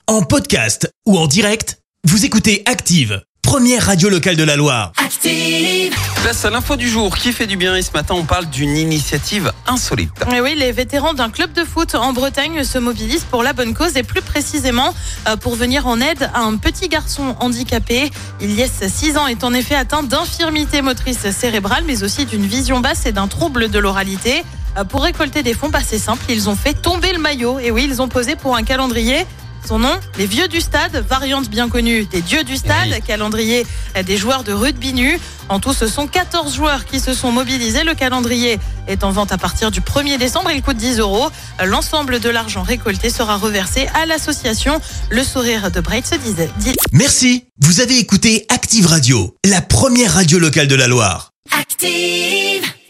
En podcast ou en direct, vous écoutez Active, première radio locale de la Loire. Active. Place à l'info du jour qui fait du bien et ce matin on parle d'une initiative insolite. Et oui, les vétérans d'un club de foot en Bretagne se mobilisent pour la bonne cause et plus précisément pour venir en aide à un petit garçon handicapé. Ilyes, 6 ans, est en effet atteint d'infirmité motrice cérébrale mais aussi d'une vision basse et d'un trouble de l'oralité. Pour récolter des fonds, c'est simple, ils ont fait tomber le maillot. Et oui, ils ont posé pour un calendrier. Son nom, les Vieux du Stade, variante bien connue des Dieux du Stade, Oui. Calendrier des joueurs de rugby nu. En tout, ce sont 14 joueurs qui se sont mobilisés. Le calendrier est en vente à partir du 1er décembre. Il coûte 10 €. L'ensemble de l'argent récolté sera reversé à l'association Le Sourire de Breit se disait. Merci, vous avez écouté Active Radio, la première radio locale de la Loire. Active.